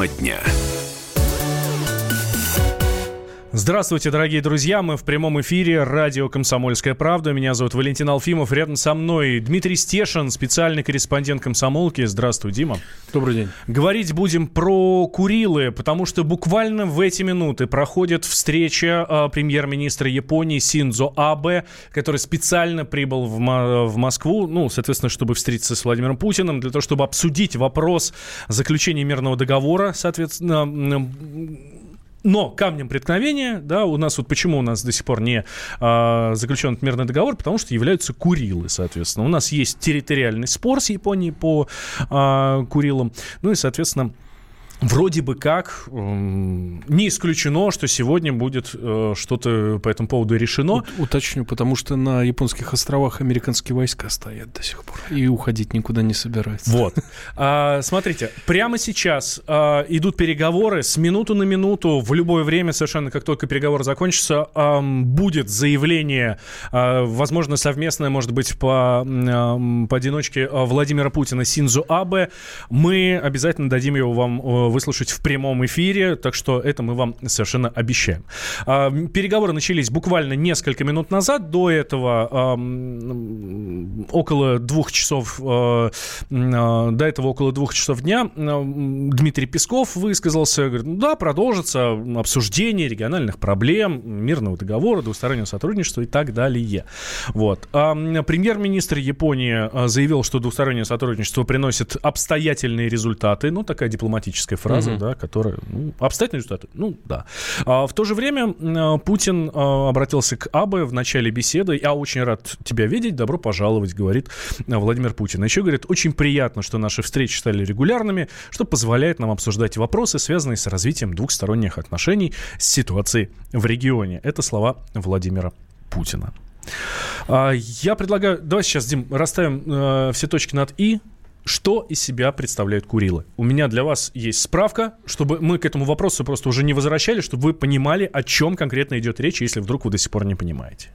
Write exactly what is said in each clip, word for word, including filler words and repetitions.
Тема дня. Здравствуйте, дорогие друзья, мы в прямом эфире радио «Комсомольская правда». Меня зовут Валентин Алфимов, рядом со мной Дмитрий Стешин, специальный корреспондент «Комсомолки». Здравствуй, Дима. Добрый день. Говорить будем про Курилы, потому что буквально в эти минуты проходит встреча э, премьер-министра Японии Синдзо Абе, который специально прибыл в, Мо- в Москву, ну, соответственно, чтобы встретиться с Владимиром Путиным, для того, чтобы обсудить вопрос заключения мирного договора, соответственно. Но камнем преткновения, да, у нас вот почему у нас до сих пор не а, заключен мирный договор, потому что являются Курилы, соответственно. У нас есть территориальный спор с Японией по а, Курилам, ну и, соответственно, вроде бы как э, не исключено, что сегодня будет э, что-то по этому поводу решено. У- уточню, потому что на японских островах американские войска стоят до сих пор и уходить никуда не собираются. Вот. А, смотрите, прямо сейчас а, идут переговоры с минуту на минуту, в любое время, совершенно как только переговоры закончатся, а, будет заявление, а, возможно, совместное, может быть, по, а, поодиночке Владимира Путина Синдзо Абе. Мы обязательно дадим его вам выслушать в прямом эфире, так что это мы вам совершенно обещаем. А, переговоры начались буквально несколько минут назад. До этого а, около двух часов а, а, до этого около двух часов дня а, Дмитрий Песков высказался, говорит, ну да, продолжится обсуждение региональных проблем, мирного договора, двустороннего сотрудничества и так далее. Вот. А, премьер-министр Японии заявил, что двустороннее сотрудничество приносит обстоятельные результаты, ну, такая дипломатическая фраза, mm-hmm. да, которая... Ну, обстоятельные результаты, ну, да. А в то же время а, Путин а, обратился к Абе в начале беседы. Я очень рад тебя видеть, добро пожаловать, говорит а, Владимир Путин. А еще, говорит, очень приятно, что наши встречи стали регулярными, что позволяет нам обсуждать вопросы, связанные с развитием двухсторонних отношений с ситуацией в регионе. Это слова Владимира Путина. А, я предлагаю... Давай сейчас, Дим, расставим а, все точки над «и». Что из себя представляют Курилы? У меня для вас есть справка, чтобы мы к этому вопросу просто уже не возвращались, чтобы вы понимали, о чем конкретно идет речь, если вдруг вы до сих пор не понимаете.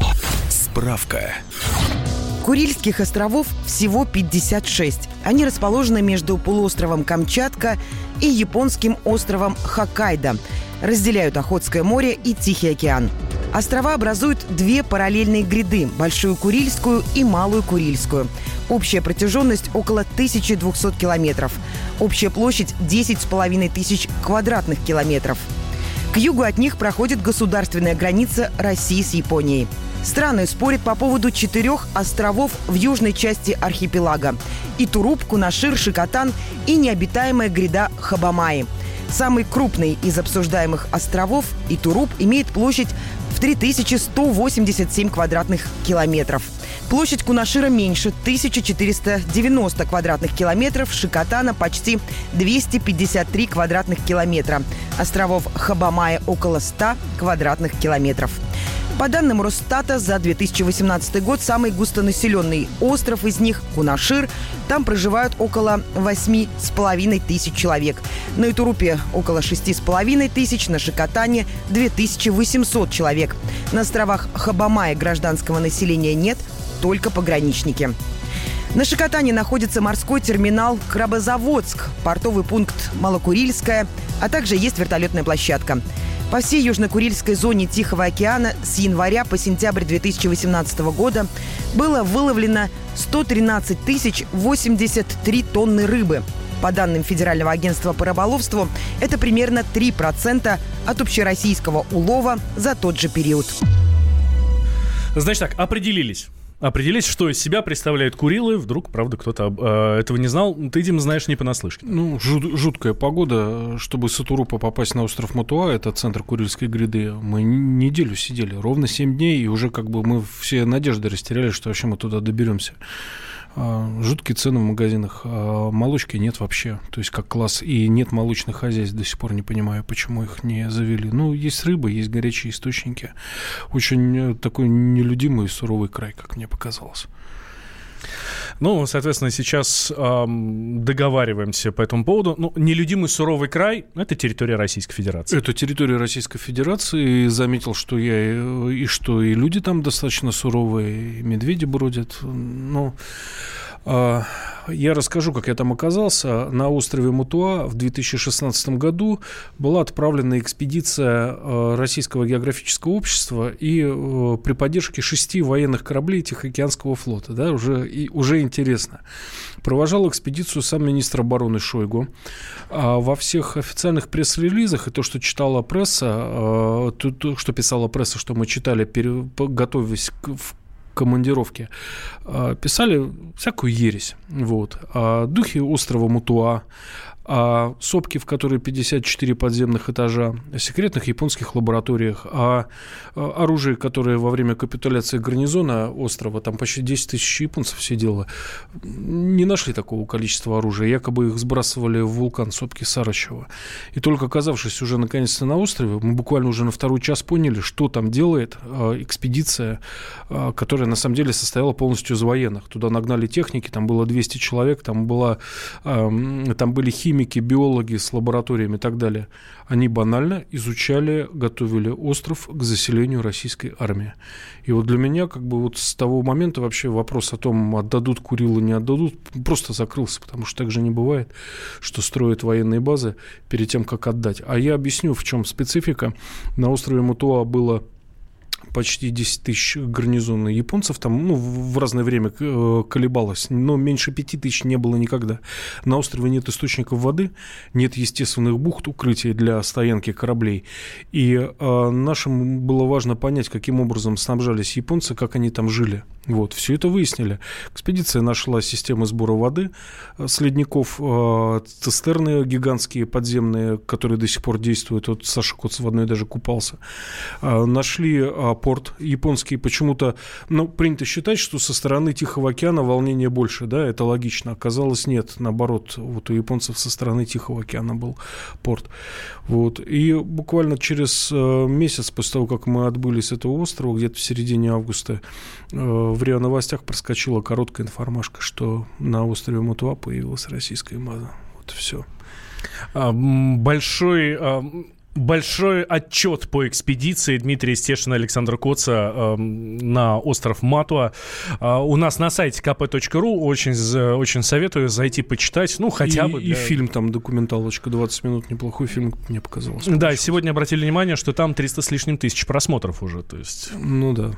Справка. Курильских островов всего пятьдесят шесть. Они расположены между полуостровом Камчатка и японским островом Хоккайдо. Разделяют Охотское море и Тихий океан. Острова образуют две параллельные гряды – Большую Курильскую и Малую Курильскую. Общая протяженность около тысяча двести километров. Общая площадь – десять с половиной тысяч квадратных километров. К югу от них проходит государственная граница России с Японией. Страны спорят по поводу четырех островов в южной части архипелага – Итуруп, Кунашир, Шикотан и необитаемая гряда Хабамаи. Самый крупный из обсуждаемых островов, Итуруп, имеет площадь в три тысячи сто восемьдесят семь квадратных километров. Площадь Кунашира меньше – тысяча четыреста девяносто квадратных километров, Шикотана – почти двести пятьдесят три квадратных километра. Островов Хабамая – около ста квадратных километров. По данным Росстата, за две тысячи восемнадцатый год самый густонаселенный остров из них – Кунашир. Там проживают около восемь с половиной тысяч человек. На Итурупе – около шесть с половиной тысяч, на Шикотане – две тысячи восемьсот человек. На островах Хабамая гражданского населения нет, только пограничники. На Шикотане находится морской терминал Крабозаводск, портовый пункт Малокурильская, а также есть вертолетная площадка. По всей Южно-Курильской зоне Тихого океана с января по сентябрь две тысячи восемнадцатого года было выловлено сто тринадцать тысяч восемьдесят три тонны рыбы. По данным Федерального агентства по рыболовству, это примерно три процента от общероссийского улова за тот же период. Значит так, определились. Определись, что из себя представляют Курилы. Вдруг, правда, кто-то э, этого не знал. Ты, Дим, знаешь не понаслышке. Ну, жут, жуткая погода. Чтобы с Итурупа попасть на остров Матуа, это центр Курильской гряды, мы неделю сидели, ровно семь дней, и уже как бы мы все надежды растеряли, что вообще мы туда доберемся. Жуткие цены в магазинах. Молочки нет вообще, то есть как класс. И нет молочных хозяйств, до сих пор не понимаю, почему их не завели. Ну, есть рыба, есть горячие источники. Очень такой нелюдимый и суровый край, как мне показалось. Ну, соответственно, сейчас э, договариваемся по этому поводу. Ну, нелюдимый суровый край – это территория Российской Федерации. Это территория Российской Федерации. И заметил, что я и что и люди там достаточно суровые, и медведи бродят. Ну, Я расскажу, как я там оказался. На острове Мутуа в две тысячи шестнадцатом году была отправлена экспедиция Российского географического общества и при поддержке шести военных кораблей Тихоокеанского флота. Да, уже, и, уже интересно. Провожал экспедицию сам министр обороны Шойгу. Во всех официальных пресс-релизах и то, что читала пресса, то, то, что писала пресса, что мы читали, готовясь к командировке, писали всякую ересь. Вот. О духе острова Мутуа, о сопке, в которой пятьдесят четыре подземных этажа, о секретных японских лабораториях, о оружии, которое во время капитуляции гарнизона острова, там почти десять тысяч японцев сидело, не нашли такого количества оружия. Якобы их сбрасывали в вулкан сопки Сарычева. И только оказавшись уже наконец-то на острове, мы буквально уже на второй час поняли, что там делает экспедиция, которая на самом деле состояла полностью из военных. Туда нагнали техники, там было двести человек, там, была, там были химики, биологи с лабораториями и так далее. Они банально изучали, готовили остров к заселению российской армии. И вот для меня как бы вот с того момента вообще вопрос о том, отдадут Курилы, не отдадут, просто закрылся, потому что так же не бывает, что строят военные базы перед тем, как отдать. А я объясню, в чем специфика. На острове Мутуа было почти десять тысяч гарнизонных японцев, там, ну, в разное время колебалось, но меньше пяти тысяч не было никогда. На острове нет источников воды, нет естественных бухт, укрытий для стоянки кораблей. И э, нашим было важно понять, каким образом снабжались японцы, как они там жили. Вот, все это выяснили. Экспедиция нашла системы сбора воды с ледников, э, цистерны гигантские подземные, которые до сих пор действуют. Вот Саша Коц в одной даже купался. Э, нашли э, порт японский. Почему-то, ну, принято считать, что со стороны Тихого океана волнение больше, да, это логично. Оказалось, нет. Наоборот, вот у японцев со стороны Тихого океана был порт. Вот. И буквально через э, месяц после того, как мы отбыли с этого острова, где-то в середине августа, э, в РИА Новостях проскочила короткая информашка, что на острове Мутуа появилась российская база. Вот и все. Большой... Большой отчет по экспедиции Дмитрия Стешина и Александра Коца э, на остров Матуа. Э, у нас на сайте ка пэ точка ру. Очень, очень советую зайти почитать. Ну, хотя и, бы. И да. Фильм там, документалочка, двадцать минут, неплохой фильм, мне показалось. Да, сегодня обратили внимание, что там триста с лишним тысяч просмотров уже. То есть... Ну да.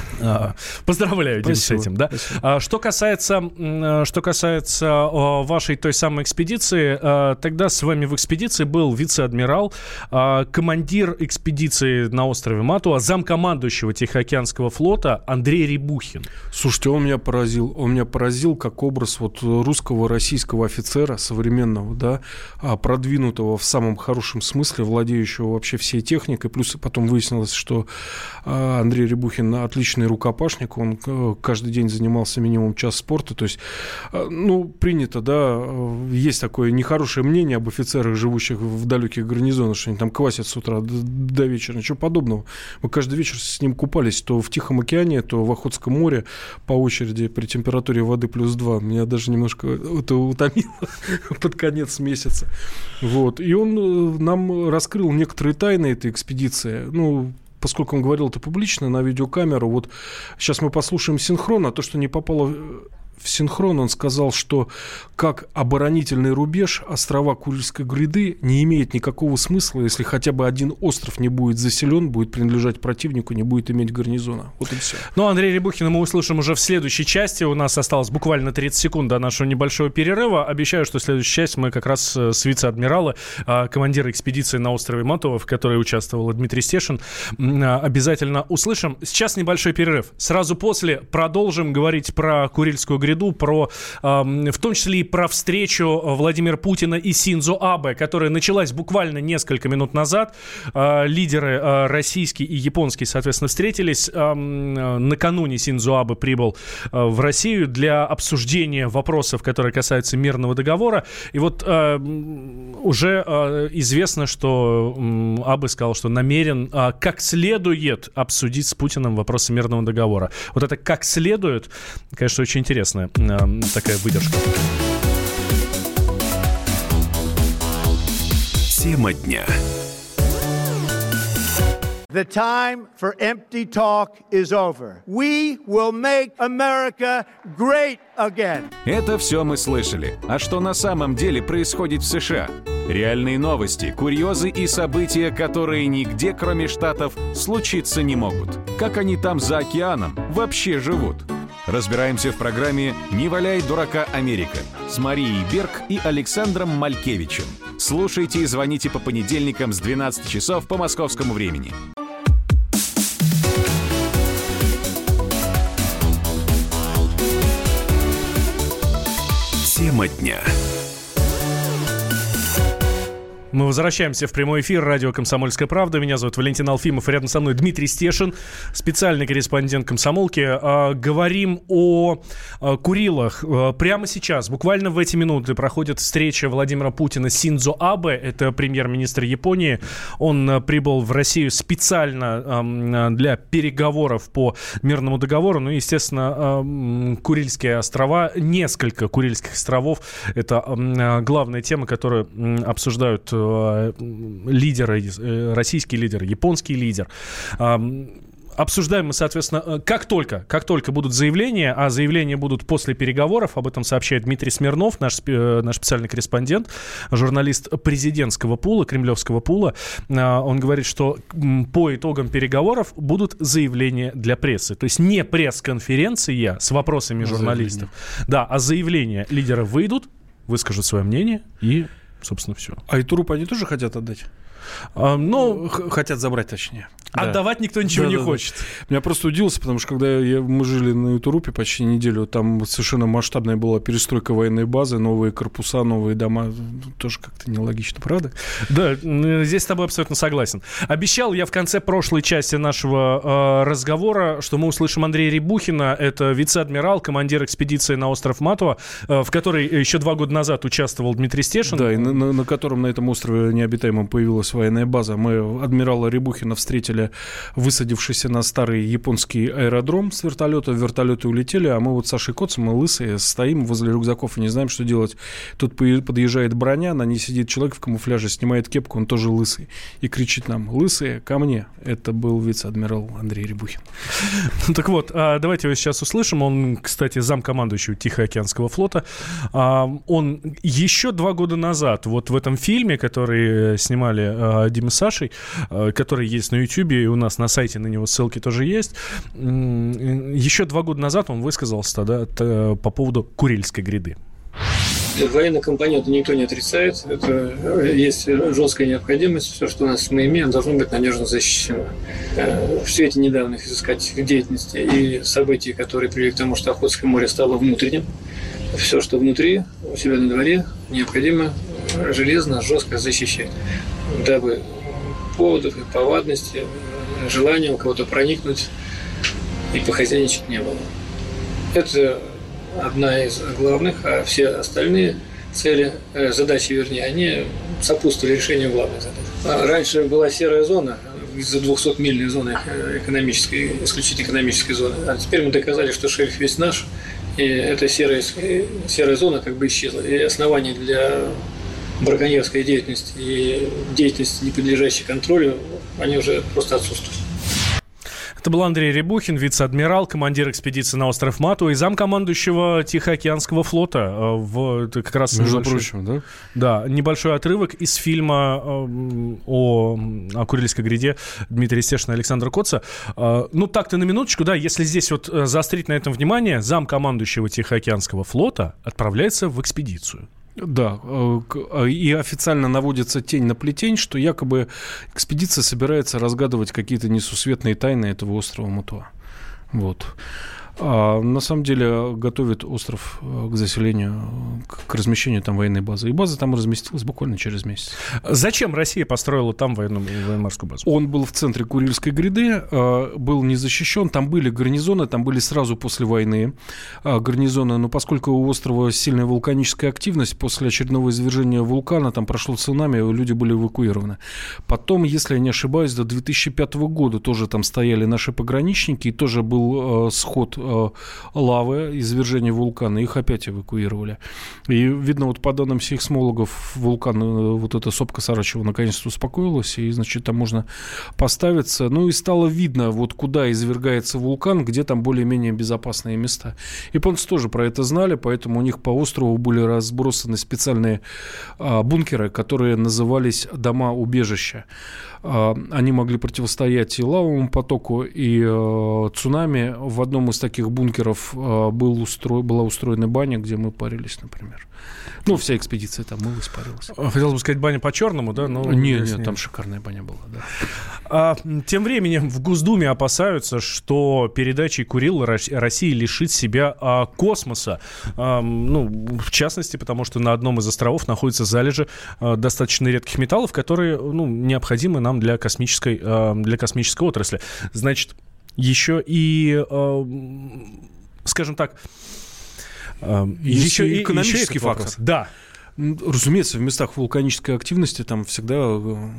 А, поздравляю, Дим, с этим, да? А, что касается, что касается а, вашей той самой экспедиции, а, тогда с вами в экспедиции был вице-адмирал, а, командир экспедиции на острове Матуа, замкомандующего Тихоокеанского флота Андрей Рябухин. Слушайте, он меня поразил, он меня поразил как образ вот русского, российского офицера современного, да, продвинутого в самом хорошем смысле, владеющего вообще всей техникой, плюс потом выяснилось, что Андрей Рябухин отличный рукопашник, он каждый день занимался минимум час спорта, то есть, ну, принято, да, есть такое нехорошее мнение об офицерах, живущих в далеких гарнизонах, что они там квасят с утра до, до вечера, ничего подобного. Мы каждый вечер с ним купались то в Тихом океане, то в Охотском море по очереди при температуре воды плюс два. Меня даже немножко это утомило под конец месяца. Вот. И он нам раскрыл некоторые тайны этой экспедиции, ну, поскольку он говорил это публично на видеокамеру. Вот сейчас мы послушаем синхрон, а то, что не попало в синхрон, он сказал, что как оборонительный рубеж острова Курильской гряды не имеет никакого смысла, если хотя бы один остров не будет заселен, будет принадлежать противнику, не будет иметь гарнизона. Вот и все. Ну, Андрея Рябухина мы услышим уже в следующей части. У нас осталось буквально тридцать секунд до нашего небольшого перерыва. Обещаю, что в следующей части мы как раз с вице-адмирала, командира экспедиции на острове Матуа, в которой участвовал Дмитрий Стешин, обязательно услышим. Сейчас небольшой перерыв. Сразу после продолжим говорить про Курильскую гряду, про, э, в том числе и про встречу Владимира Путина и Синдзо Абе, которая началась буквально несколько минут назад. Э, лидеры э, российский и японский, соответственно, встретились. Э, накануне Синдзо Абе прибыл э, в Россию для обсуждения вопросов, которые касаются мирного договора. И вот э, уже э, известно, что э, Абе сказал, что намерен э, как следует обсудить с Путиным вопросы мирного договора. Вот это как следует, конечно, очень интересно. Такая выдержка. Тема дня. The time for empty talk is over. We will make America great again. Это все мы слышали. А что на самом деле происходит в США? Реальные новости, курьезы и события, которые нигде, кроме Штатов, случиться не могут. Как они там за океаном вообще живут? Разбираемся в программе «Не валяй дурака, Америка» с Марией Берг и Александром Малькевичем. Слушайте и звоните по понедельникам с двенадцати часов по московскому времени. Тема дня. Мы возвращаемся в прямой эфир. Радио «Комсомольская правда». Меня зовут Валентин Алфимов. Рядом со мной Дмитрий Стешин, специальный корреспондент «Комсомолки». А, говорим о а, Курилах. А, прямо сейчас, буквально в эти минуты, проходит встреча Владимира Путина с Синдзо Абе. Это премьер-министр Японии. Он а, прибыл в Россию специально а, для переговоров по мирному договору. Ну, естественно, а, Курильские острова, несколько Курильских островов. Это а, главная тема, которую а, обсуждают лидеры, российский лидер, японский лидер. Обсуждаем мы, соответственно, как только, как только будут заявления, а заявления будут после переговоров, об этом сообщает Дмитрий Смирнов, наш, наш специальный корреспондент, журналист президентского пула, кремлевского пула. Он говорит, что по итогам переговоров будут заявления для прессы. То есть не пресс-конференция с вопросами журналистов, да, а заявления лидеров выйдут, выскажут свое мнение и... Собственно, все. А Итуруп они тоже хотят отдать? А, ну, Х- хотят забрать, точнее. Отдавать да. никто ничего да, не да, хочет. Да. Меня просто удивился, потому что когда я, мы жили на Итурупе почти неделю, там совершенно масштабная была перестройка военной базы, новые корпуса, новые дома. Тоже как-то нелогично, правда? Да, здесь с тобой абсолютно согласен. Обещал я в конце прошлой части нашего э, разговора, что мы услышим Андрея Рябухина. Это вице-адмирал, командир экспедиции на остров Матуа, э, в которой еще два года назад участвовал Дмитрий Стешин. Да, и на, на, на котором на этом острове необитаемом появилась военная база. Мы адмирала Рябухина встретили, высадившись на старый японский аэродром с вертолета. Вертолеты улетели, а мы вот с Сашей Коцем, мы лысые, стоим возле рюкзаков и не знаем, что делать. Тут подъезжает броня, на ней сидит человек в камуфляже, снимает кепку, он тоже лысый, и кричит нам: «Лысые, ко мне!» Это был вице-адмирал Андрей Рябухин. Ну так вот, давайте его сейчас услышим. Он, кстати, замкомандующего Тихоокеанского флота. Он еще два года назад, вот в этом фильме, который снимали Дима с Сашей, который есть на YouTube, и у нас на сайте на него ссылки тоже есть. Еще два года назад он высказался тогда по поводу Курильской гряды. Военный компонент никто не отрицает. Это есть жесткая необходимость. Все, что у нас мы имеем, должно быть надежно защищено. В свете недавних изыскательных деятельностей и событий, которые привели к тому, что Охотское море стало внутренним, все, что внутри, у себя на дворе, необходимо железно, жестко защищать, дабы поводов и повадности, желания у кого-то проникнуть и похозяйничать не было. Это одна из главных, а все остальные цели, задачи, вернее, они сопутствовали решению главной задачи. Раньше была серая зона, из-за двухсотмильной зоны экономической, исключительно экономической зоны, а теперь мы доказали, что шельф весь наш, и эта серая, серая зона как бы исчезла. И основания для браконьерской деятельности и деятельности, не подлежащей контролю, они уже просто отсутствуют. Это был Андрей Рябухин, вице-адмирал, командир экспедиции на остров Матуа и замкомандующего Тихоокеанского флота. В, это как раз Между прочим, да? Да, небольшой отрывок из фильма о, о Курильской гряде Дмитрия Стешина и Александра Коца. Ну, так-то на минуточку, да, если здесь вот заострить на этом внимание, замкомандующего Тихоокеанского флота отправляется в экспедицию. Да, и официально наводится тень на плетень, что якобы экспедиция собирается разгадывать какие-то несусветные тайны этого острова Матуа. Вот. А на самом деле готовит остров к заселению, к размещению там военной базы. И база там разместилась буквально через месяц. Зачем Россия построила там военную, военно-морскую базу? Он был в центре Курильской гряды, был не защищен. Там были гарнизоны, там были сразу после войны гарнизоны. Но поскольку у острова сильная вулканическая активность, после очередного извержения вулкана там прошло цунами, люди были эвакуированы. Потом, если я не ошибаюсь, до две тысячи пятого года тоже там стояли наши пограничники, и тоже был сход э, лавы, извержения вулкана, их опять эвакуировали. И видно, вот по данным сейсмологов, вулкан, э, вот эта сопка Сарачева наконец-то успокоилась, и, значит, там можно поставиться. Ну, и стало видно, вот куда извергается вулкан, где там более-менее безопасные места. Японцы тоже про это знали, поэтому у них по острову были разбросаны специальные э, бункеры, которые назывались дома-убежища. Э, они могли противостоять и лавовому потоку, и э, цунами. В одном из таких бункеров э, был устро... была устроена баня, где мы парились, например. Ну, вся экспедиция там мылась, парилась. Хотел бы сказать, баня по-черному, да? Но нет, нет, там шикарная баня была, да. А, тем временем в Госдуме опасаются, что передачей Курилла Россия лишит себя а, космоса. А, ну, в частности, потому что на одном из островов находятся залежи а, достаточно редких металлов, которые, ну, необходимы нам для космической, а, для космической отрасли. Значит, еще и, а, скажем так, а, еще и экономический фактор. Да. Разумеется, в местах вулканической активности там всегда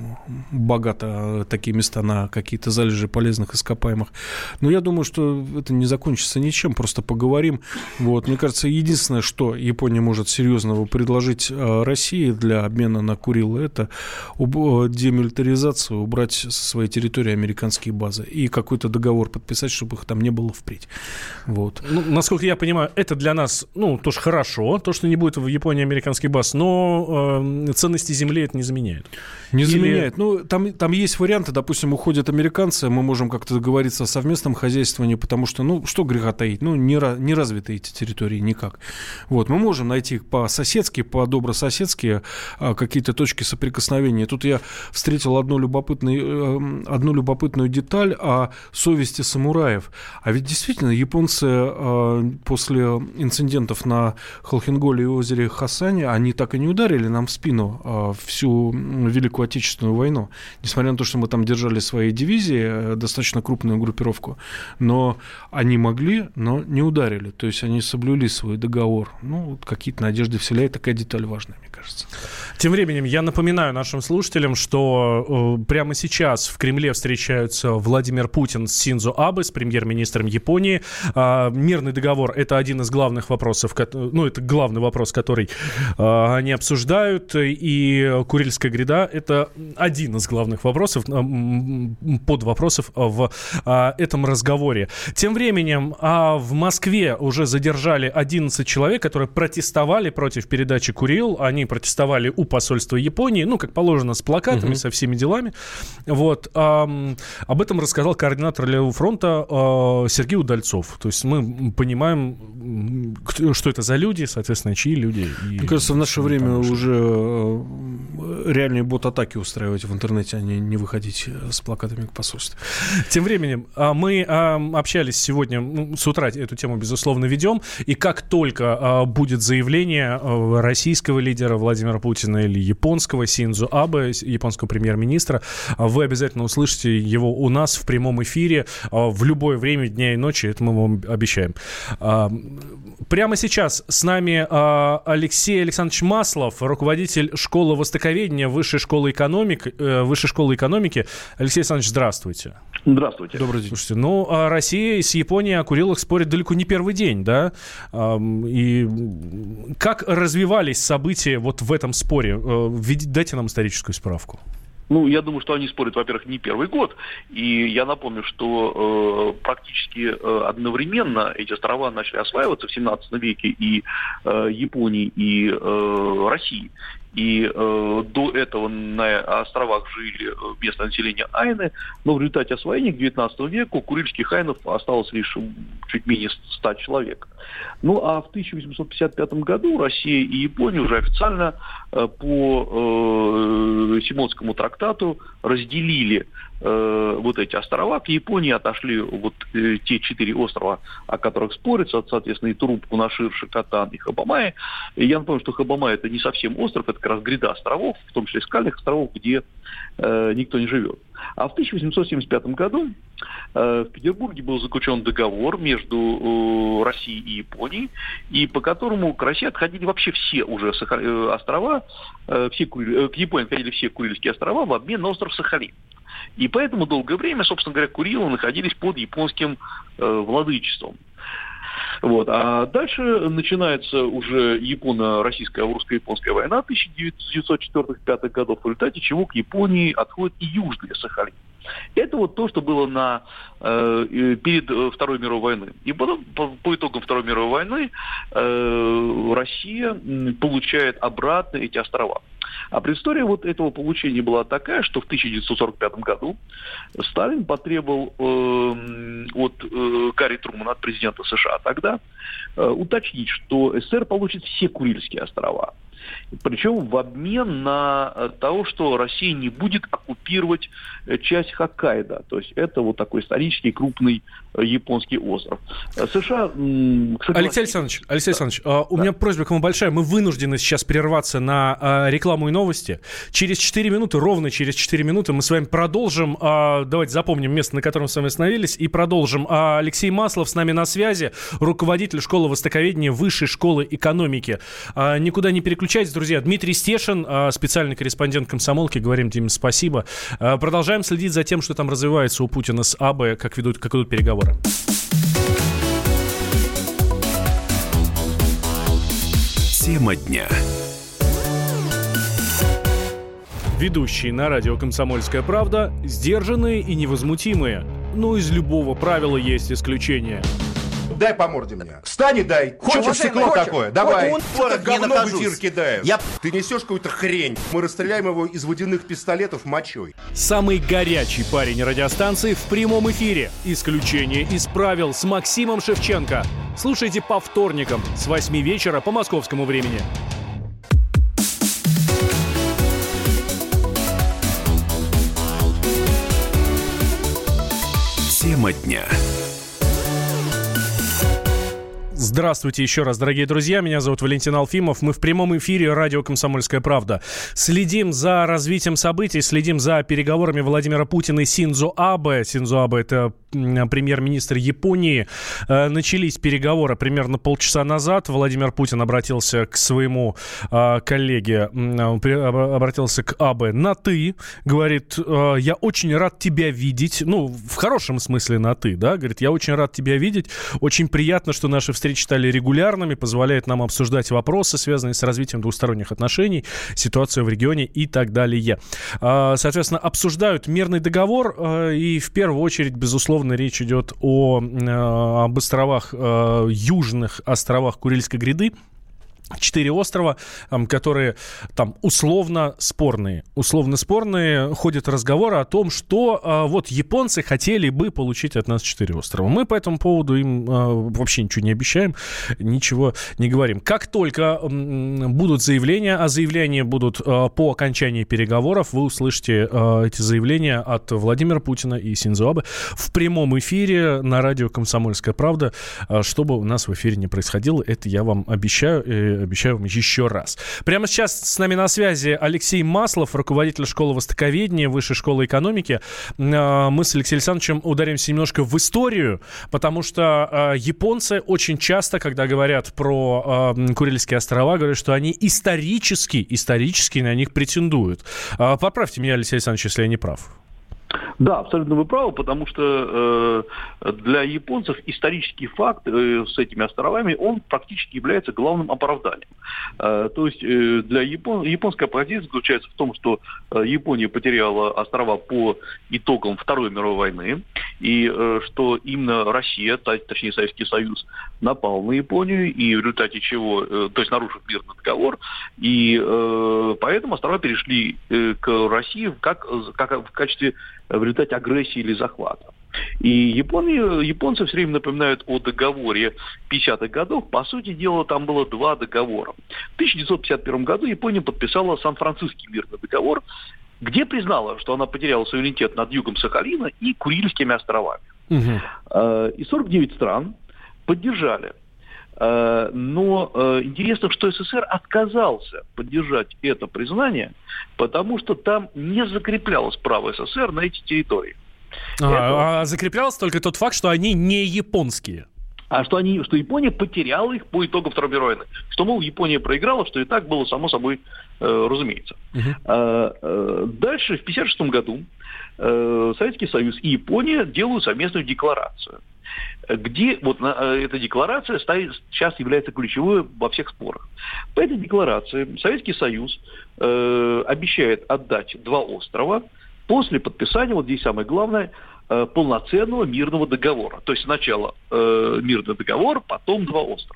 богато такие места на какие-то залежи полезных ископаемых. Но я думаю, что это не закончится ничем, просто поговорим. Вот. Мне кажется, единственное, что Япония может серьезного предложить России для обмена на Курилла, это демилитаризацию, убрать со своей территории американские базы и какой-то договор подписать, чтобы их там не было впредь. Вот. Ну, насколько я понимаю, это для нас, ну, тоже хорошо, то, что не будет в Японии американских баз, но э, ценности земли это не заменяет. Не Или... заменяет. Ну, там, там есть варианты. Допустим, уходят американцы, мы можем как-то договориться о совместном хозяйствовании, потому что, ну, что греха таить? Ну, не, не развиты эти территории никак. Вот. Мы можем найти по-соседски, по-добрососедски а, какие-то точки соприкосновения. Тут я встретил одну любопытную, одну любопытную деталь о совести самураев. А ведь действительно японцы а, после инцидентов на Холхенголе и озере Хасане, они так и не ударили нам в спину а, всю Великую Отечественную войну. Несмотря на то, что мы там держали свои дивизии, достаточно крупную группировку, но они могли, но не ударили. То есть они соблюли свой договор. Ну, какие-то надежды вселяет. Такая деталь важная, мне кажется. Тем временем я напоминаю нашим слушателям, что э, прямо сейчас в Кремле встречаются Владимир Путин с Синдзо Абе, с премьер-министром Японии. Э, мирный договор – это один из главных вопросов, ну, это главный вопрос, который э, они обсуждают, и Курильская гряда – это один из главных вопросов, э, подвопросов в э, этом разговоре. Тем временем э, в Москве уже задержали одиннадцать человек, которые протестовали против передачи Курилл. Они протестовали у посольства Японии, ну, как положено, с плакатами, uh-huh. со всеми делами. Вот. Эм, об этом рассказал координатор Левого фронта э, Сергей Удальцов. То есть мы понимаем, что это за люди, соответственно, чьи люди. И, мне кажется, в наше время уже э, реальные бот-атаки устраивать в интернете, а не, не выходить с плакатами к посольству. Тем временем э, мы э, общались сегодня, ну, с утра эту тему, безусловно, ведем, и как только э, будет заявление э, российского лидера Владимира Путина или японского Синдзо Абе, японского премьер-министра, вы обязательно услышите его у нас в прямом эфире в любое время дня и ночи, это мы вам обещаем. Прямо сейчас с нами Алексей Александрович Маслов, руководитель школы востоковедения Высшей школы экономики. Высшей школы экономики. Алексей Александрович, здравствуйте. Здравствуйте. Добрый день. Слушайте, ну, Россия с Японией о Куриллах спорят далеко не первый день, да? И как развивались события вот в этом споре? Дайте нам историческую справку. Ну, я думаю, что они спорят, во-первых, не первый год. И я напомню, что э, практически э, одновременно эти острова начали осваиваться в семнадцатом веке и э, Японии, и э, России. И э, до этого на островах жили местное население айны, но в результате освоения к девятнадцатому веку курильских айнов осталось лишь чуть менее ста человек. Ну а в тысяча восемьсот пятьдесят пятом году Россия и Япония уже официально э, по э, Симонскому трактату разделили э, вот эти острова. К Японии отошли вот э, те четыре острова, о которых спорятся, соответственно, и Туру, Кунашир, Шикотан и Хабамая. И я напомню, что Хабамая — это не совсем остров, это как раз гряда островов, в том числе скальных островов, где э, никто не живет. А в тысяча восемьсот семьдесят пятом году э, в Петербурге был заключен договор между э, Россией и Японией, и по которому к России отходили вообще все уже Саха... э, острова, э, все Куриль... э, к Японии отходили все Курильские острова в обмен на остров Сахалин. И поэтому долгое время, собственно говоря, Курилы находились под японским э, владычеством. Вот. А дальше начинается уже японо-российская, русско-японская война тысяча девятьсот четвёртых — пятых годов, в результате чего к Японии отходит и Южный Сахалин. Это вот то, что было на, э, перед Второй мировой войной. И потом, по, по итогам Второй мировой войны, э, Россия получает обратно эти острова. А предыстория вот этого получения была такая, что в тысяча девятьсот сорок пятом году Сталин потребовал э, от э, Гарри Трумана, от президента США тогда, э, уточнить, что СССР получит все Курильские острова. Причем в обмен на то, что Россия не будет оккупировать часть Хоккайдо. То есть это вот такой исторический крупный японский остров. США... Кстати, Алексей Александрович, Алексей Александрович, да. у меня да. просьба к вам большая. Мы вынуждены сейчас прерваться на рекламу и новости. Через четыре минуты, ровно через четыре минуты мы с вами продолжим. Давайте запомним место, на котором с вами остановились, и продолжим. Алексей Маслов с нами на связи, руководитель школы востоковедения Высшей школы экономики. Никуда не переключайтесь, друзья. Дмитрий Стешин, специальный корреспондент «Комсомолки». Говорим Диме спасибо. Продолжаем следить за тем, что там развивается у Путина с Абе, как ведут, как идут переговоры. Тема дня. Ведущие на радио «Комсомольская правда» сдержанные и невозмутимые. Но из любого правила есть исключение. Дай по морде мне. Встань и дай. Хочешь стекло хочешь? Такое? Давай. Что-то говно в эфир кидаешь. Я... Ты несешь какую-то хрень. Мы расстреляем его из водяных пистолетов мочой. Самый горячий парень радиостанции в прямом эфире. Исключение из правил с Максимом Шевченко. Слушайте по вторникам с восьми вечера по московскому времени. Тема дня. Здравствуйте еще раз, дорогие друзья. Меня зовут Валентин Алфимов. Мы в прямом эфире радио «Комсомольская правда». Следим за развитием событий, следим за переговорами Владимира Путина и Синдзо Абе. Синдзо Абе – это премьер-министр Японии. Начались переговоры примерно полчаса назад. Владимир Путин обратился к своему коллеге, обратился к Абе на «ты». Говорит: я очень рад тебя видеть. Ну, в хорошем смысле на «ты», да? Говорит: я очень рад тебя видеть. Очень приятно, что наши встречи стали регулярными, позволяет нам обсуждать вопросы, связанные с развитием двусторонних отношений, ситуацию в регионе и так далее. Соответственно, обсуждают мирный договор, и в первую очередь, безусловно, речь идет о, об островах, южных островах Курильской гряды. Четыре острова, которые там условно спорные. Условно спорные. Ходят разговоры о том, что а, вот японцы хотели бы получить от нас четыре острова. Мы по этому поводу им а, вообще ничего не обещаем, ничего не говорим. Как только м, будут заявления, а заявления будут а, по окончании переговоров, вы услышите а, эти заявления от Владимира Путина и Синдзо Абе в прямом эфире на радио «Комсомольская правда». А, что бы у нас в эфире не происходило, это я вам обещаю. Обещаю вам еще раз. Прямо сейчас с нами на связи Алексей Маслов, руководитель школы востоковедения Высшей школы экономики. Мы с Алексеем Александровичем ударимся немножко в историю, потому что японцы очень часто, когда говорят про Курильские острова, говорят, что они исторически, исторически на них претендуют. Поправьте меня, Алексей Александрович, если я не прав. Да, абсолютно вы правы, потому что э, для японцев исторический факт э, с этими островами, он практически является главным оправданием. Э, то есть э, для Япон... японская позиция заключается в том, что э, Япония потеряла острова по итогам Второй мировой войны, и э, что именно Россия, точнее Советский Союз, напал на Японию, и в результате чего, э, то есть нарушив мирный договор, и э, поэтому острова перешли э, к России как, как в качестве в результате агрессии или захвата. И Япония, японцы все время напоминают о договоре пятидесятых годов. По сути дела, там было два договора. В тысяча девятьсот пятьдесят первом году Япония подписала Сан-Франциский мирный договор, где признала, что она потеряла суверенитет над югом Сахалина и Курильскими островами. Угу. И сорок девять стран поддержали. Но интересно, что СССР отказался поддержать это признание, потому что там не закреплялось право СССР на эти территории. А, это... а закреплялся только тот факт, что они не японские. А что, они, что Япония потеряла их по итогам Второй мировой войны. Что, мол, Япония проиграла, что и так было само собой э, разумеется. Uh-huh. А, э, дальше, в тысяча девятьсот пятьдесят шестом году, э, Советский Союз и Япония делают совместную декларацию. где вот эта декларация стоит, сейчас является ключевой во всех спорах. По этой декларации Советский Союз э, обещает отдать два острова после подписания, вот здесь самое главное, э, полноценного мирного договора. То есть сначала э, мирный договор, потом два острова.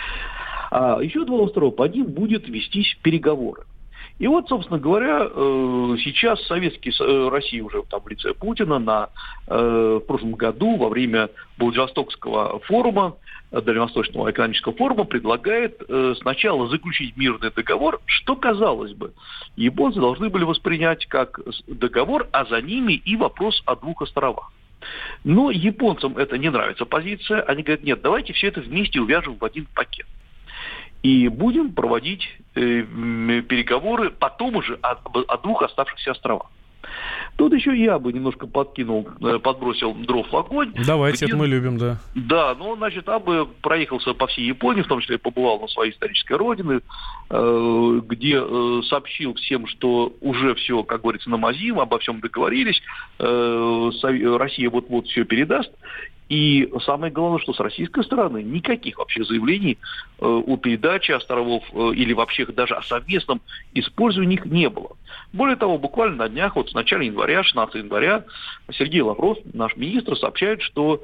А еще два острова по ним будет вестись переговоры. И вот, собственно говоря, сейчас Советский Россия уже там в лице Путина на, в прошлом году во время Владивостокского форума, Дальневосточного экономического форума, предлагает сначала заключить мирный договор, что, казалось бы, японцы должны были воспринять как договор, а за ними и вопрос о двух островах. Но японцам это не нравится позиция. Они говорят, нет, давайте все это вместе увяжем в один пакет. И будем проводить э, переговоры потом уже о, о двух оставшихся островах. Тут еще я бы немножко подкинул, э, подбросил дров в огонь. Давайте, где, это мы любим, да. Да, ну, значит, Абе проехался по всей Японии, в том числе побывал на своей исторической родине, э, где э, сообщил всем, что уже все, как говорится, на мази, обо всем договорились, э, Россия вот-вот все передаст. И самое главное, что с российской стороны никаких вообще заявлений э, о передаче островов э, или вообще даже о совместном использовании их не было. Более того, буквально на днях, вот с начала января, шестнадцатого января, Сергей Лавров, наш министр, сообщает, что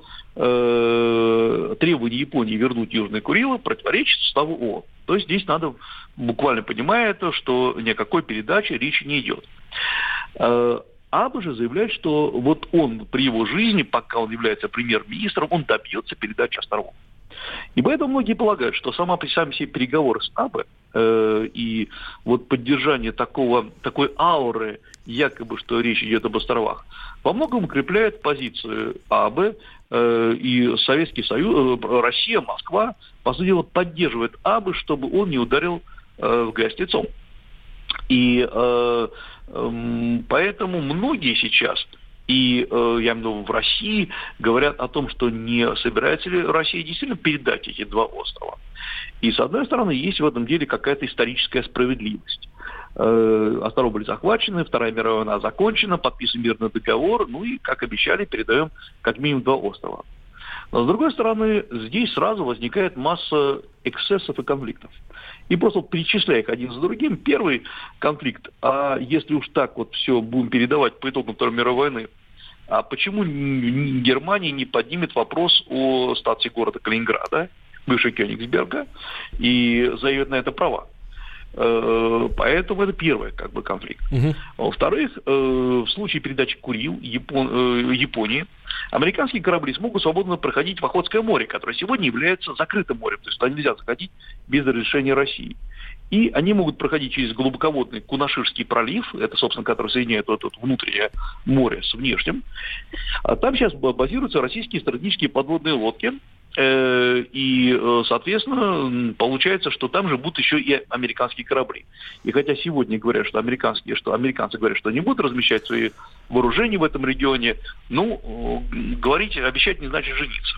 э, требование Японии вернуть Южные Курилы противоречит уставу ООН. То есть здесь надо буквально понимать это, что ни о какой передаче речи не идет. Э, Абе же заявляет, что вот он при его жизни, пока он является премьер-министром, он добьется передачи островов. И поэтому многие полагают, что сама при сами себе переговоры с Абе э, и вот поддержание такого, такой ауры, якобы, что речь идет об островах, во многом укрепляет позицию Абе, э, и Советский Союз, э, Россия, Москва, по сути дела, поддерживает Абе, чтобы он не ударил э, в грязь лицом. И э, э, поэтому многие сейчас, и э, я имею в виду в России, говорят о том, что не собирается ли Россия действительно передать эти два острова. И с одной стороны, есть в этом деле какая-то историческая справедливость. Э, острова были захвачены, Вторая мировая война закончена, подписан мирный договор, ну и, как обещали, передаем как минимум два острова. Но с другой стороны, здесь сразу возникает масса эксцессов и конфликтов. И просто вот перечисляя их один за другим, первый конфликт, а если уж так вот все будем передавать по итогам Второй мировой войны, а почему Германия не поднимет вопрос о статусе города Калининграда, бывшего Кёнигсберга, и заявит на это права? Поэтому это первый как бы конфликт. Uh-huh. Во-вторых, в случае передачи Курил Япон... Японии, американские корабли смогут свободно проходить в Охотское море, которое сегодня является закрытым морем, то есть туда нельзя заходить без разрешения России. И они могут проходить через глубоководный Кунаширский пролив, это, собственно, который соединяет вот это внутреннее море с внешним. А там сейчас базируются российские стратегические подводные лодки. И, соответственно, получается, что там же будут еще и американские корабли. И хотя сегодня говорят, что американские, что американцы говорят, что они будут размещать свои вооружения в этом регионе, ну, говорить, обещать не значит жениться.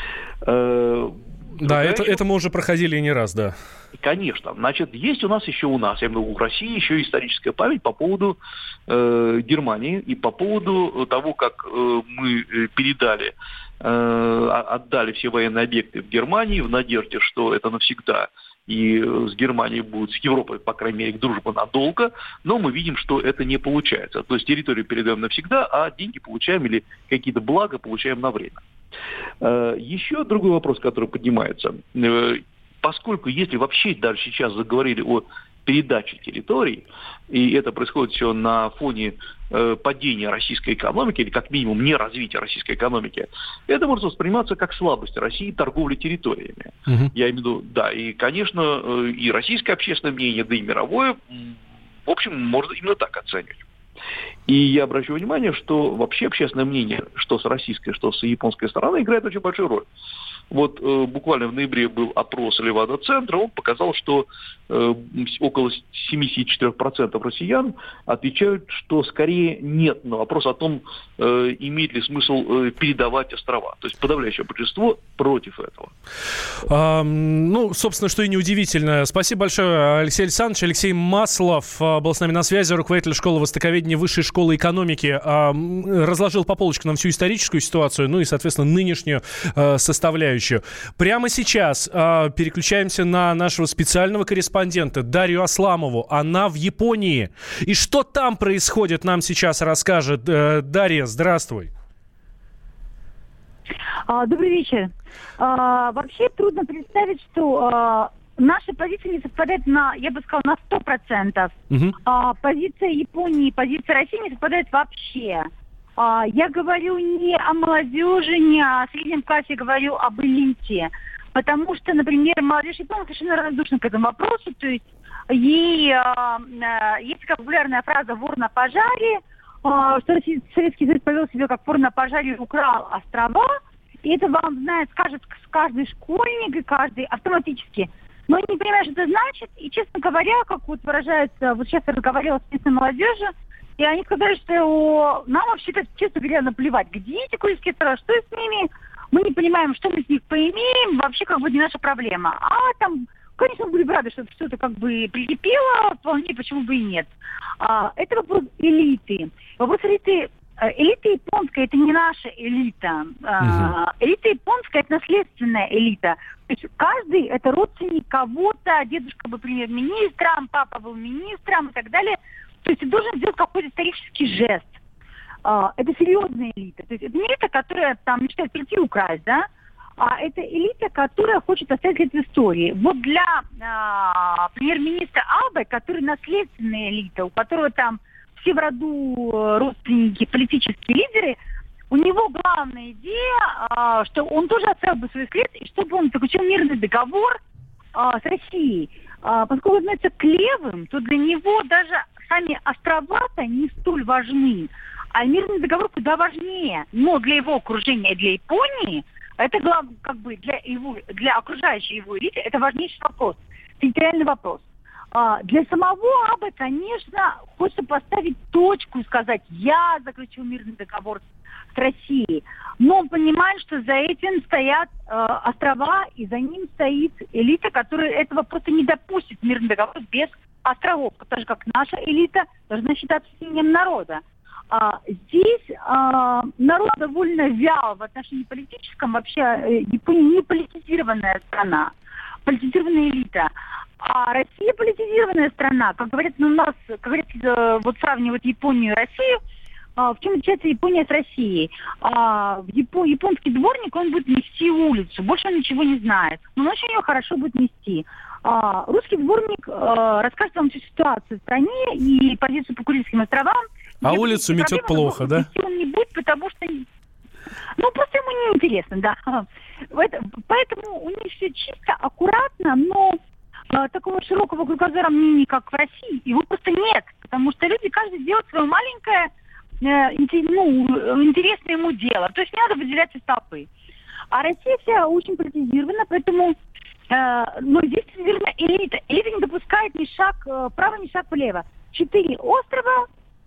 Да, это, это мы уже проходили и не раз, да. Конечно. Значит, есть у нас еще у нас, я имею в виду, у России еще историческая память по поводу э, Германии и по поводу того, как э, мы передали, э, отдали все военные объекты в Германии в надежде, что это навсегда. И с Германией будет, с Европой, по крайней мере, дружба надолго, но мы видим, что это не получается. То есть территорию передаем навсегда, а деньги получаем или какие-то блага получаем на время. Еще другой вопрос, который поднимается. Поскольку если вообще даже сейчас заговорили о передаче территорий, и это происходит все на фоне э, падения российской экономики, или как минимум не развития российской экономики, это может восприниматься как слабость России торговли территориями. Uh-huh. Я имею в виду, да, и, конечно, э, и российское общественное мнение, да и мировое, в общем, можно именно так оценивать. И я обращу внимание, что вообще общественное мнение, что с российской, что с японской стороны, играет очень большую роль. Вот э, буквально в ноябре был опрос Левада-центра, он показал, что э, около семьдесят четыре процента россиян отвечают, что скорее нет на вопрос о том, э, имеет ли смысл э, передавать острова. То есть подавляющее большинство против этого. А, ну, собственно, что и неудивительно. Спасибо большое, Алексей Александрович. Алексей Маслов а, был с нами на связи, руководитель школы востоковедения Высшей школы экономики. А, разложил по полочкам нам всю историческую ситуацию, ну и, соответственно, нынешнюю а, составляющую. Прямо сейчас а, переключаемся на нашего специального корреспондента Дарью Асламову. Она в Японии. И что там происходит, нам сейчас расскажет. Дарья, здравствуй. Добрый вечер. А, вообще трудно представить, что а, наши позиции не совпадают на, я бы сказала, на сто процентов. Uh-huh. А, позиция Японии и позиция России не совпадают вообще. А, я говорю не о молодежи, не о среднем классе, я говорю об элите. Потому что, например, молодежь Японии совершенно равнодушна к этому вопросу. То есть ей а, а, есть популярная фраза «вор на пожаре», а, что Советский Союз повел себя как вор на пожаре и украл острова. И это вам, знает, скажет каждый школьник и каждый автоматически. Но они не понимают, что это значит. И, честно говоря, как вот выражается, вот сейчас я разговаривала с местной молодежью, и они сказали, что нам вообще-то, честно говоря, наплевать, где эти Курильские острова, что с ними. Мы не понимаем, что мы с них поимеем, вообще как бы не наша проблема. А там, конечно, мы были бы рады, что что-то как бы прикипело, вполне, почему бы и нет. А, это вопрос элиты. Вопрос элиты. Элита японская – это не наша элита. Uh-huh. Элита японская – это наследственная элита. То есть каждый – это родственник кого-то. Дедушка был премьер-министром, папа был министром и так далее. То есть ты должен сделать какой-то исторический жест. Это серьезная элита. То есть это не элита, которая там мечтает прийти и украсть, да? А это элита, которая хочет оставить это в истории. Вот для а, премьер-министра Абе, который наследственная элита, у которого там все в роду родственники, политические лидеры, у него главная идея, что он тоже оставил бы свой след, и чтобы он заключил мирный договор с Россией. Поскольку он относится к левым, то для него даже сами острова-то не столь важны, а мирный договор куда важнее. Но для его окружения, для Японии, это главное, как бы для его, для окружающей его элиты, это важнейший вопрос, территориальный вопрос. А, для самого Абе, конечно, хочется поставить точку и сказать, я заключил мирный договор с Россией. Но он понимает, что за этим стоят э, острова, и за ним стоит элита, которая этого просто не допустит, мирный договор без островов. Так же, как наша элита должна считаться сильным народа. А, здесь а, народ довольно вял в отношении политическом. Вообще э, Япония не политизированная страна, политизированная элита. А Россия политизированная страна. Как говорят, ну, у нас, как говорится, вот сравнивают Японию и Россию. А, в чем отличается Япония с Россией? А, Япо, японский дворник, он будет мести улицу. Больше он ничего не знает. Но он очень ее хорошо будет мести. А, русский дворник а, расскажет вам всю ситуацию в стране и позицию по Курильским островам. А улицу метет плохо, да? Он не будет, потому что... Ну, просто ему неинтересно, да. Поэтому у них все чисто, аккуратно, но... такого широкого кругозора мнений, как в России, его просто нет. Потому что люди, каждый делает свое маленькое, э, ну, интересное ему дело. То есть не надо выделять из толпы. А Россия вся очень политизирована, поэтому... Э, но здесь, наверное, элита. Элита не допускает ни шаг э, вправо, ни шаг влево. Четыре острова,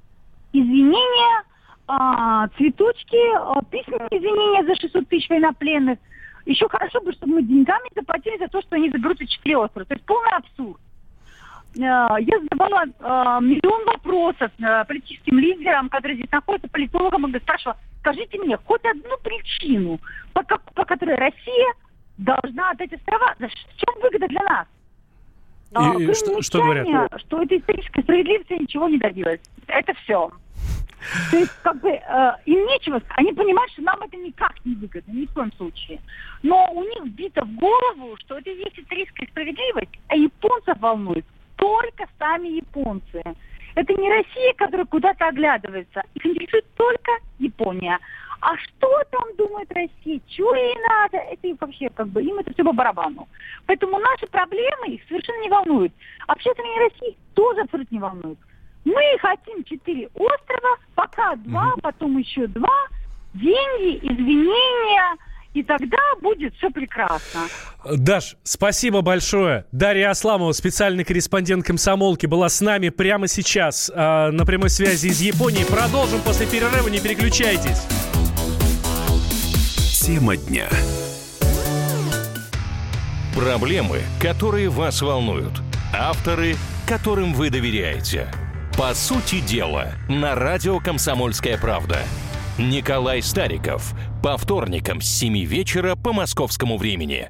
извинения, э, цветочки, э, письменные извинения за шестьсот тысяч военнопленных. Еще хорошо бы, чтобы мы деньгами заплатили за то, что они заберут эти четыре острова. То есть полный абсурд. Я задавала миллион вопросов политическим лидерам, которые здесь находятся, политологам, и спрашивала, скажите мне хоть одну причину, по, по которой Россия должна отдать острова. В чем выгода для нас? И, и что, что говорят? Что этой исторической справедливости ничего не добилось. Это все. То есть, как бы, э, им нечего сказать. Они понимают, что нам это никак не выгодно, ни в коем случае. Но у них вбито в голову, что это есть историческая справедливость, а японцев волнует только сами японцы. Это не Россия, которая куда-то оглядывается. Их интересует только Япония. А что там думает Россия? Чего ей надо? Это им вообще, как бы, им это все по барабану. Поэтому наши проблемы их совершенно не волнуют. Общественное мнение России тоже абсолютно не волнует. Мы хотим четыре острова, пока два, mm-hmm. потом еще два, деньги, извинения, и тогда будет все прекрасно. Даш, спасибо большое. Дарья Асламова, специальный корреспондент «Комсомолки», была с нами прямо сейчас э, на прямой связи из Японии. Продолжим после перерыва, не переключайтесь. Тема дня. Проблемы, которые вас волнуют. Авторы, которым вы доверяете. По сути дела, на радио «Комсомольская правда». Николай Стариков. По вторникам с семи вечера по московскому времени.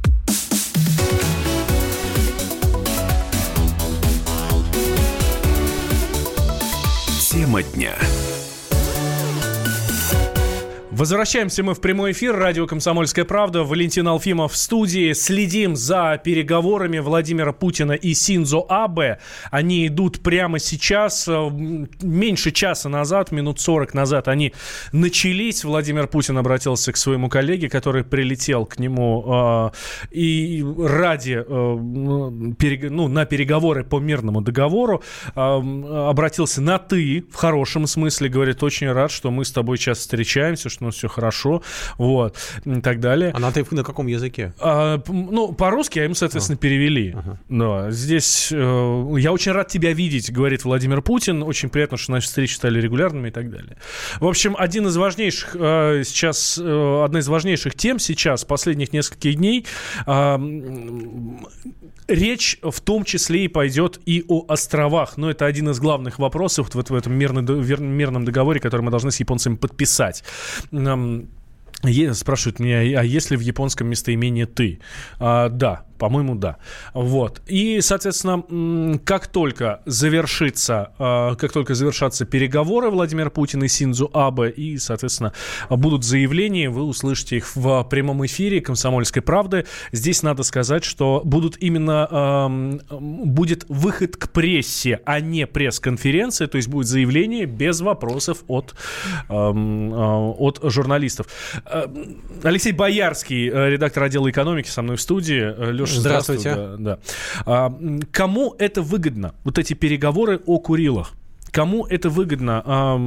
Тема дня. Возвращаемся мы в прямой эфир. Радио «Комсомольская правда». Валентин Алфимов в студии. Следим за переговорами Владимира Путина и Синдзо Абе. Они идут прямо сейчас. Меньше часа назад, минут сорок назад они начались. Владимир Путин обратился к своему коллеге, который прилетел к нему э, и ради, э, перег... ну, на переговоры по мирному договору э, обратился на «ты», в хорошем смысле. Говорит, очень рад, что мы с тобой сейчас встречаемся, что ну, все хорошо, вот, и так далее. А на ты на каком языке? А, ну, по-русски, а ему, соответственно, а. перевели. Ага. Да, здесь э, я очень рад тебя видеть, говорит Владимир Путин. Очень приятно, что наши встречи стали регулярными и так далее. В общем, один из важнейших э, сейчас, э, одна из важнейших тем сейчас, последних нескольких дней, э, речь в том числе и пойдет и о островах. Но это один из главных вопросов в, в этом мирном, мирном договоре, который мы должны с японцами подписать. Спрашивают меня, а есть ли в японском местоимении «ты»? А, да, по-моему, да. Вот. И, соответственно, как только завершится, как только завершатся переговоры Владимира Путина и Синдзо Абе, и, соответственно, будут заявления, вы услышите их в прямом эфире «Комсомольской правды». Здесь надо сказать, что будут именно, будет выход к прессе, а не пресс-конференция, то есть будет заявление без вопросов от, от журналистов. Алексей Боярский, редактор отдела экономики, со мной в студии. Леша, здравствуйте. здравствуйте. Да, да. А, кому это выгодно, вот эти переговоры о Курилах? Кому это выгодно, а,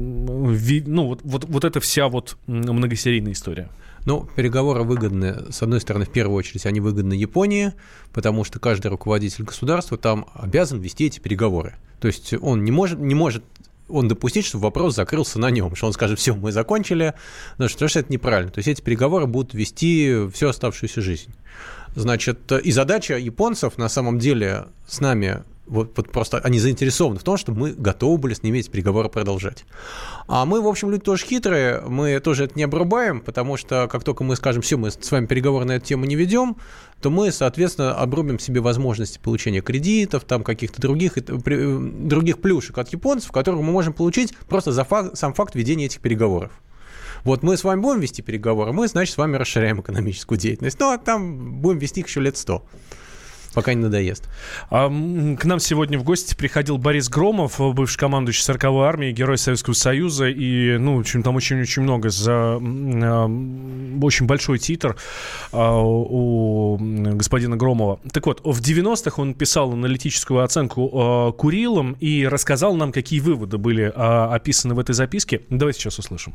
ви, ну, вот, вот, вот эта вся вот многосерийная история? Ну, переговоры выгодны, с одной стороны, в первую очередь, они выгодны Японии, потому что каждый руководитель государства там обязан вести эти переговоры. То есть он не может, не может он допустить, что вопрос закрылся на нем, что он скажет, все, мы закончили, потому что это неправильно. То есть эти переговоры будут вести всю оставшуюся жизнь. Значит, и задача японцев на самом деле с нами, вот, вот просто они заинтересованы в том, чтобы мы готовы были с ними эти переговоры продолжать. А мы, в общем, люди тоже хитрые, мы тоже это не обрубаем, потому что как только мы скажем, все, мы с вами переговоры на эту тему не ведем, то мы, соответственно, обрубим себе возможности получения кредитов, там каких-то других, других плюшек от японцев, которые мы можем получить просто за факт, сам факт ведения этих переговоров. Вот мы с вами будем вести переговоры, мы, значит, с вами расширяем экономическую деятельность. Ну, а там будем вести их еще лет сто, пока не надоест. А, к нам сегодня в гости приходил Борис Громов, бывший командующий сороковой армии, герой Советского Союза. И, ну, в общем, там очень-очень много за а, очень большой титр а, у господина Громова. Так вот, в девяностых он писал аналитическую оценку а, Курилам и рассказал нам, какие выводы были а, описаны в этой записке. Давайте сейчас услышим.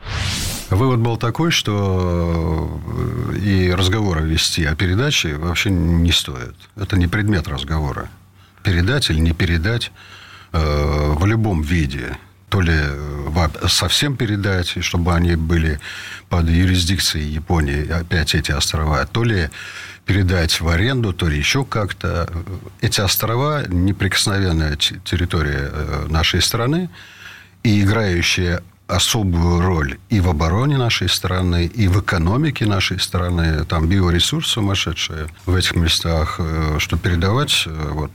Вывод был такой, что и разговоры вести о передаче вообще не стоит. Это не предмет разговора. Передать или не передать э, в любом виде. То ли совсем передать, чтобы они были под юрисдикцией Японии, опять эти острова, то ли передать в аренду, то ли еще как-то. Эти острова – неприкосновенная территория нашей страны и играющие особую роль и в обороне нашей страны, и в экономике нашей страны. Там биоресурсы сумасшедшие в этих местах, что передавать вот,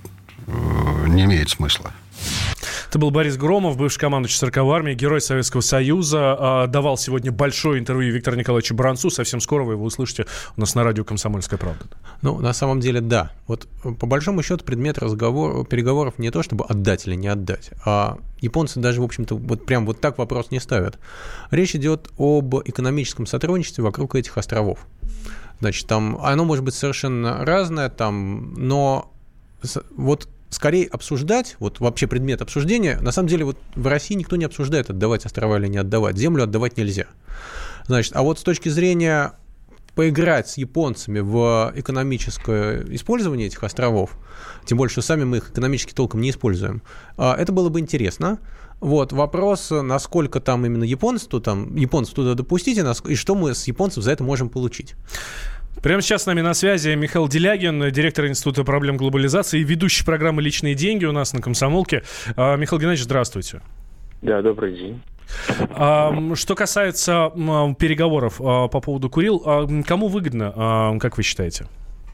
не имеет смысла. Это был Борис Громов, бывший командующий сороковой армии, герой Советского Союза. Давал сегодня большое интервью Виктору Николаевичу Баранцу. Совсем скоро вы его услышите у нас на радио «Комсомольская правда». Ну, на самом деле, да. Вот по большому счету предмет разговора, переговоров не то, чтобы отдать или не отдать, а японцы даже, в общем-то, вот прям вот так вопрос не ставят. Речь идет об экономическом сотрудничестве вокруг этих островов. Значит, там оно может быть совершенно разное, там, но вот скорее обсуждать, вот вообще предмет обсуждения, на самом деле вот в России никто не обсуждает, отдавать острова или не отдавать. Землю отдавать нельзя. Значит, а вот с точки зрения поиграть с японцами в экономическое использование этих островов, тем более, что сами мы их экономически толком не используем, это было бы интересно. Вот, вопрос, насколько там именно японцев, там, японцев туда допустить, и что мы с японцев за это можем получить. Прямо сейчас с нами на связи Михаил Делягин, директор Института проблем глобализации и ведущий программы «Личные деньги» у нас на «Комсомолке». Михаил Геннадьевич, здравствуйте. Да, добрый день. Что касается переговоров по поводу Курил, кому выгодно, как вы считаете?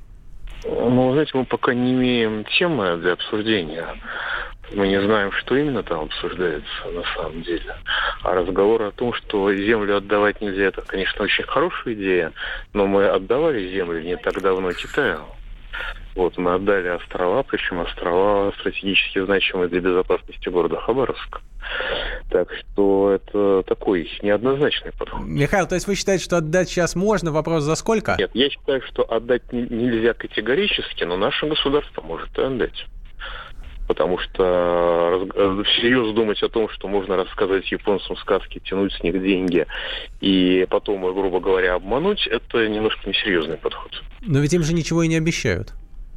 Ну, знаете, мы пока не имеем темы для обсуждения. Мы не знаем, что именно там обсуждается на самом деле. А разговор о том, что землю отдавать нельзя, это, конечно, очень хорошая идея, но мы отдавали землю не так давно Китаю. Вот, мы отдали острова, причем острова стратегически значимые для безопасности города Хабаровска. Так что это такой неоднозначный подход. Михаил, то есть вы считаете, что отдать сейчас можно? Вопрос за сколько? Нет, я считаю, что отдать нельзя категорически, но наше государство может и отдать. Потому что всерьез думать о том, что можно рассказывать японцам сказки, тянуть с них деньги и потом, грубо говоря, обмануть, это немножко несерьезный подход. Но ведь им же ничего и не обещают.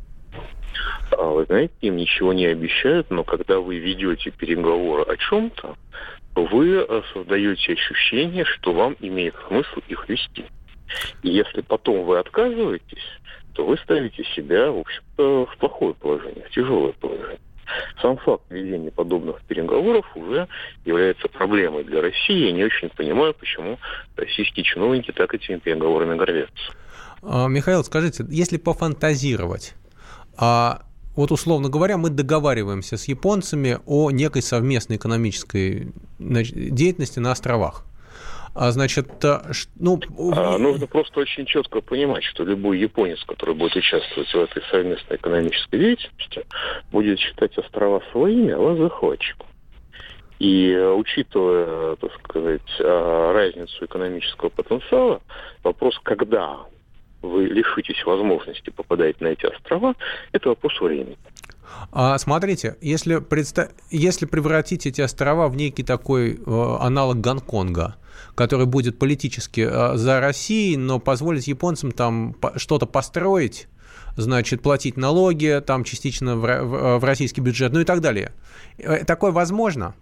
А вы знаете, им ничего не обещают, но когда вы ведете переговоры о чем-то, вы создаете ощущение, что вам имеет смысл их вести. И если потом вы отказываетесь, то вы ставите себя, в общем-то, в плохое положение, в тяжелое положение. Сам факт ведения подобных переговоров уже является проблемой для России. Я не очень понимаю, почему российские чиновники так этими переговорами гордятся. А, Михаил, скажите, если пофантазировать, а вот условно говоря, мы договариваемся с японцами о некой совместной экономической деятельности на островах. А значит, ну... А, нужно просто очень четко понимать, что любой японец, который будет участвовать в этой совместной экономической деятельности, будет считать острова своими, а вас захватчиком. И учитывая, так сказать, разницу экономического потенциала, вопрос, когда вы лишитесь возможности попадать на эти острова, это вопрос времени. А смотрите, если, предста... если превратить эти острова в некий такой э, аналог Гонконга, который будет политически э, за Россией, но позволить японцам там по- что-то построить, значит, платить налоги, там частично в, в, в российский бюджет, ну и так далее. Э, такое возможно?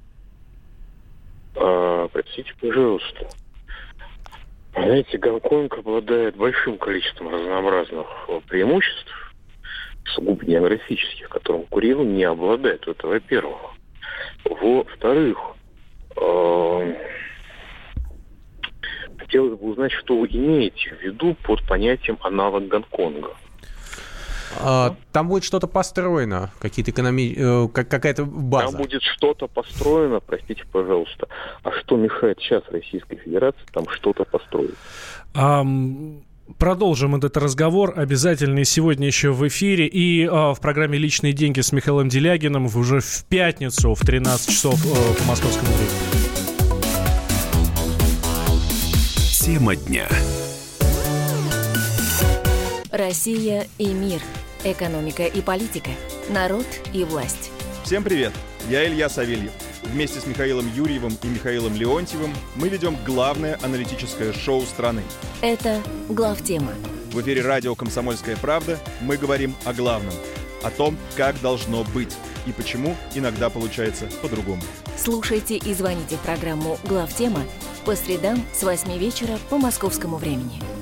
А, простите, пожалуйста. Знаете, Гонконг обладает большим количеством разнообразных преимуществ, сугубо географических, которым Курил не обладает. Это во-первых. Во-вторых, э- хотелось бы узнать, что вы имеете в виду под понятием аналог Гонконга. А, там будет что-то построено, какие-то экономи... э, какая-то база. Там будет что-то построено, простите, пожалуйста. А что мешает сейчас Российской Федерации там что-то построить? Um... Продолжим этот разговор обязательно сегодня еще в эфире и э, в программе «Личные деньги» с Михаилом Делягиным уже в пятницу в тринадцать часов э, по московскому времени. Тема дня. Россия и мир. Экономика и политика. Народ и власть. Всем привет! Я Илья Савельев. Вместе с Михаилом Юрьевым и Михаилом Леонтьевым мы ведем главное аналитическое шоу страны. Это «Главтема». В эфире радио «Комсомольская правда» мы говорим о главном. О том, как должно быть и почему иногда получается по-другому. Слушайте и звоните в программу «Главтема» по средам с восьми вечера по московскому времени.